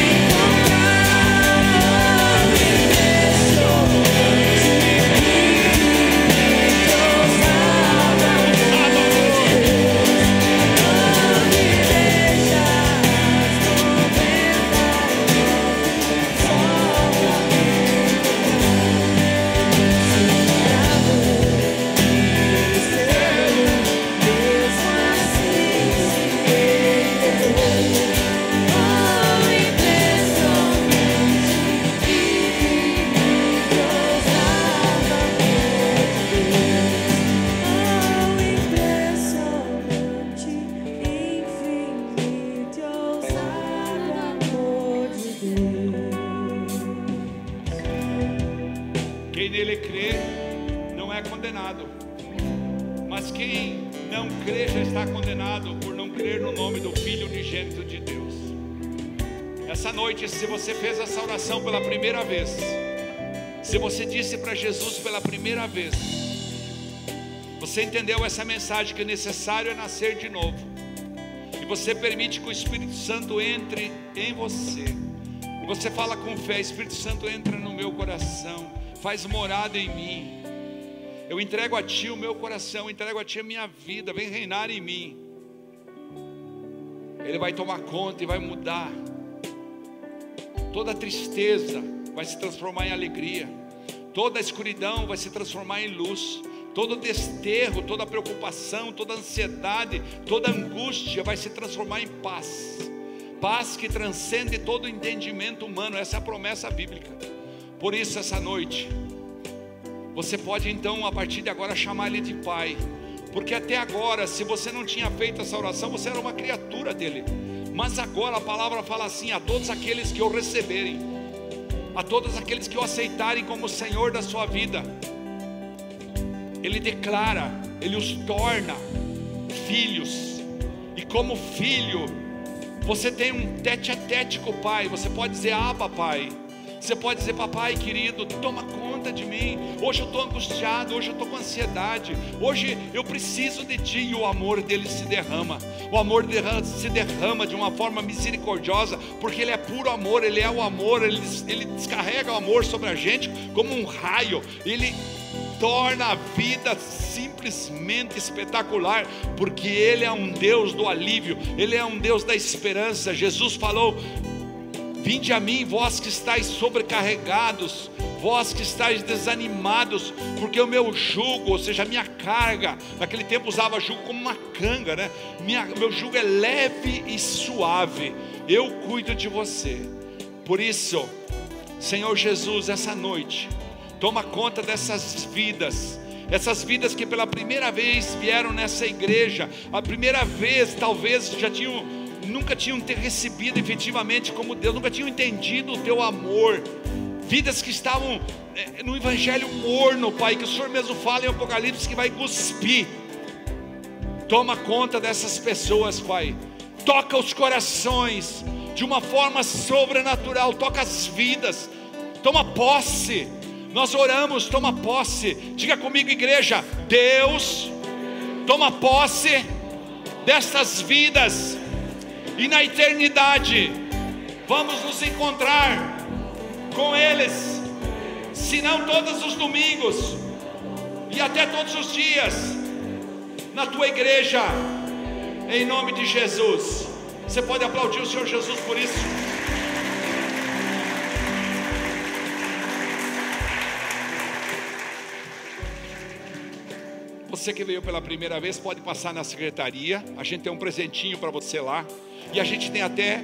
Quem nele crê não é condenado, mas quem não crê já está condenado por não crer no nome do Filho unigênito de Deus. Essa noite, se você fez essa oração pela primeira vez, se você disse para Jesus pela primeira vez, você entendeu essa mensagem que é necessário é nascer de novo, e você permite que o Espírito Santo entre em você, e você fala com fé: Espírito Santo, entra no meu coração, faz morada em mim, eu entrego a Ti o meu coração, entrego a Ti a minha vida, vem reinar em mim. Ele vai tomar conta e vai mudar toda tristeza vai se transformar em alegria, toda escuridão vai se transformar em luz, todo desterro, toda preocupação, toda ansiedade, toda angústia vai se transformar em paz. Paz que transcende todo entendimento humano. Essa é a promessa bíblica. Por isso essa noite você pode então a partir de agora chamar Ele de Pai, porque até agora, se você não tinha feito essa oração, você era uma criatura dele. Mas agora a palavra fala assim: a todos aqueles que o receberem, a todos aqueles que o aceitarem como Senhor da sua vida, Ele declara, Ele os torna filhos. E como filho, você tem um tete a tete com o Pai. Você pode dizer: Abba, Pai. Você pode dizer: papai querido, toma conta de mim. Hoje eu estou angustiado, hoje eu estou com ansiedade, hoje eu preciso de ti. E o amor dele se derrama. O amor se derrama de uma forma misericordiosa, porque ele é puro amor, ele é o amor. Ele descarrega o amor sobre a gente como um raio. Ele torna a vida simplesmente espetacular, porque Ele é um Deus do alívio, Ele é um Deus da esperança. Jesus falou: vinde a mim, vós que estáis sobrecarregados, vós que estáis desanimados, porque o meu jugo, ou seja, a minha carga, naquele tempo usava jugo como uma canga, né? Meu jugo é leve e suave, eu cuido de você. Por isso, Senhor Jesus, essa noite, toma conta dessas vidas, essas vidas que pela primeira vez vieram nessa igreja, a primeira vez talvez nunca tinham recebido efetivamente como Deus, nunca tinham entendido o teu amor, vidas que estavam no evangelho morno, Pai, que o Senhor mesmo fala em Apocalipse que vai cuspir. Toma conta dessas pessoas, Pai, toca os corações de uma forma sobrenatural, toca as vidas, toma posse. Nós oramos, toma posse. Diga comigo, igreja: Deus, toma posse destas vidas, e na eternidade vamos nos encontrar com eles, se não todos os domingos e até todos os dias, na tua igreja, em nome de Jesus. Você pode aplaudir o Senhor Jesus por isso? Você que veio pela primeira vez pode passar na secretaria, a gente tem um presentinho para você lá, e a gente tem até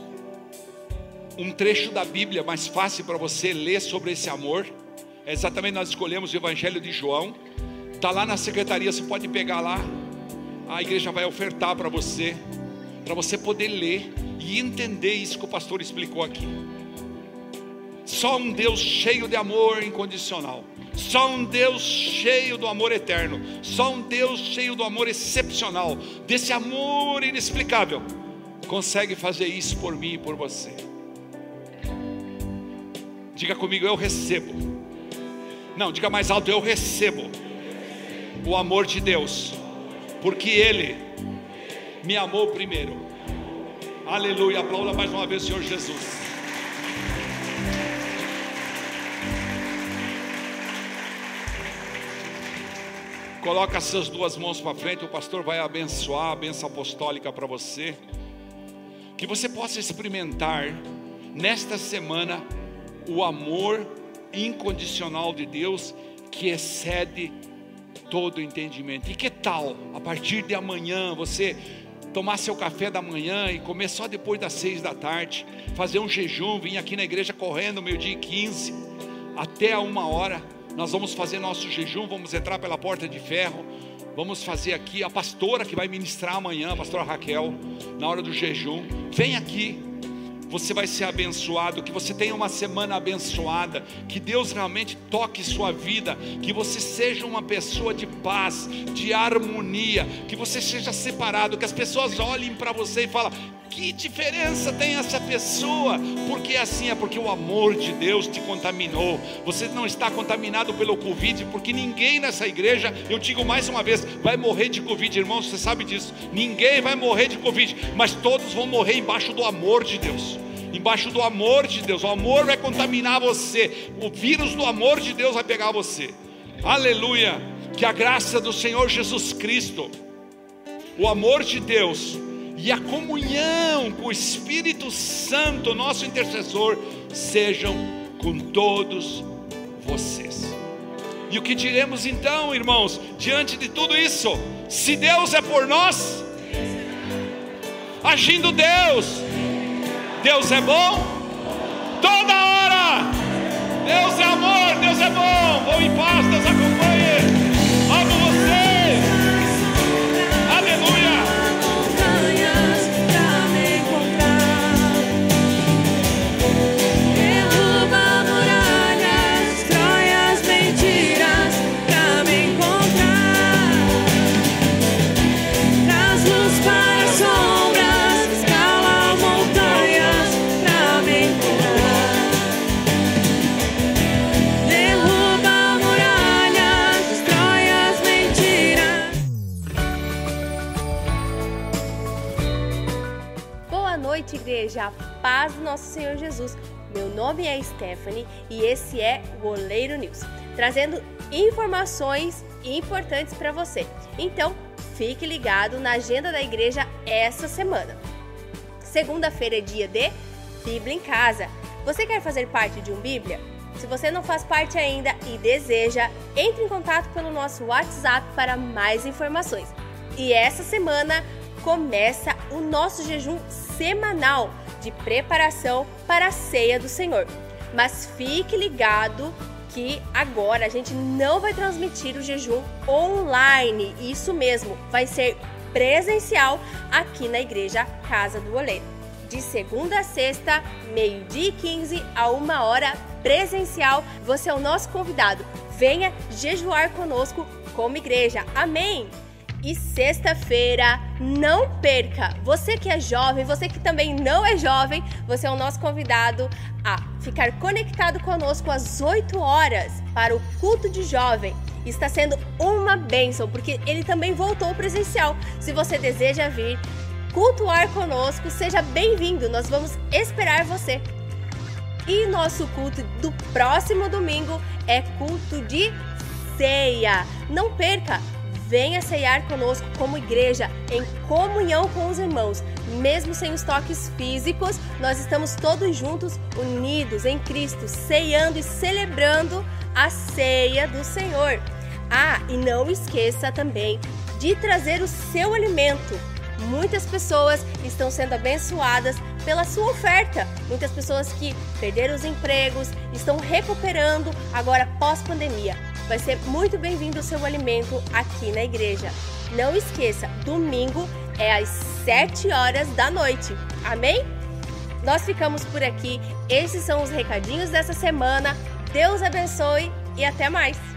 um trecho da Bíblia mais fácil para você ler sobre esse amor. Exatamente, nós escolhemos o Evangelho de João, está lá na secretaria, você pode pegar lá, a igreja vai ofertar para você poder ler e entender isso que o pastor explicou aqui. Só um Deus cheio de amor incondicional, só um Deus cheio do amor eterno, só um Deus cheio do amor excepcional, desse amor inexplicável, consegue fazer isso por mim e por você. Diga comigo: eu recebo. Não, diga mais alto: eu recebo o amor de Deus, porque Ele me amou primeiro. Aleluia, aplauda mais uma vez o Senhor Jesus. Coloca as suas duas mãos para frente, o pastor vai abençoar a bênção apostólica para você. Que você possa experimentar nesta semana o amor incondicional de Deus, que excede todo o entendimento. E que tal, a partir de amanhã, você tomar seu café da manhã e comer só depois das 6 da tarde, fazer um jejum, vir aqui na igreja correndo, 12:15, até a 1h, nós vamos fazer nosso jejum, vamos entrar pela porta de ferro, vamos fazer aqui, a pastora que vai ministrar amanhã, a pastora Raquel, na hora do jejum, vem aqui, você vai ser abençoado, que você tenha uma semana abençoada, que Deus realmente toque sua vida, que você seja uma pessoa de paz, de harmonia, que você seja separado, que as pessoas olhem para você e falem: que diferença tem essa pessoa? Porque assim é porque o amor de Deus te contaminou. Você não está contaminado pelo Covid, porque ninguém nessa igreja, eu digo mais uma vez, vai morrer de Covid, irmãos, você sabe disso. Ninguém vai morrer de Covid, mas todos vão morrer embaixo do amor de Deus. Embaixo do amor de Deus. O amor vai contaminar você. O vírus do amor de Deus vai pegar você. Aleluia. Que a graça do Senhor Jesus Cristo, o amor de Deus e a comunhão com o Espírito Santo, nosso intercessor, sejam com todos vocês. E o que diremos então, irmãos, diante de tudo isso? Se Deus é por nós, agindo Deus é bom toda hora. Deus é amor, Deus é bom. Vão em paz, Deus acompanhe. Amo vocês. Aleluia. Montanhas pra me encontrar. Derruba muralhas, destrói as mentiras pra me encontrar. Traz luz para as sombras, escala montanhas pra me encontrar. Derruba muralhas, destrói as mentiras. Boa noite, igreja. A paz do nosso Senhor Jesus. Meu nome é Stephanie e esse é o Oleiro News, trazendo informações importantes para você. Então, fique ligado na agenda da igreja essa semana. Segunda-feira é dia de Bíblia em Casa. Você quer fazer parte de um Bíblia? Se você não faz parte ainda e deseja, entre em contato pelo nosso WhatsApp para mais informações. E essa semana começa o nosso jejum semanal de preparação para a ceia do Senhor. Mas fique ligado que agora a gente não vai transmitir o jejum online. Isso mesmo, vai ser presencial aqui na igreja Casa do Oleiro. De segunda a sexta, 12h15 a 1h, presencial. Você é o nosso convidado. Venha jejuar conosco como igreja. Amém! E sexta-feira, não perca! Você que é jovem, você que também não é jovem, você é o nosso convidado a ficar conectado conosco às 8 horas para o culto de jovem. Está sendo uma bênção, porque ele também voltou presencial. Se você deseja vir cultuar conosco, seja bem-vindo, nós vamos esperar você. E nosso culto do próximo domingo é culto de ceia. Não perca! Venha ceiar conosco como igreja, em comunhão com os irmãos. Mesmo sem os toques físicos, nós estamos todos juntos, unidos em Cristo, ceando e celebrando a ceia do Senhor. Ah, e não esqueça também de trazer o seu alimento. Muitas pessoas estão sendo abençoadas pela sua oferta. Muitas pessoas que perderam os empregos, estão recuperando agora pós-pandemia. Vai ser muito bem-vindo o seu alimento aqui na igreja. Não esqueça, domingo é às 7 horas da noite. Amém? Nós ficamos por aqui. Esses são os recadinhos dessa semana. Deus abençoe e até mais.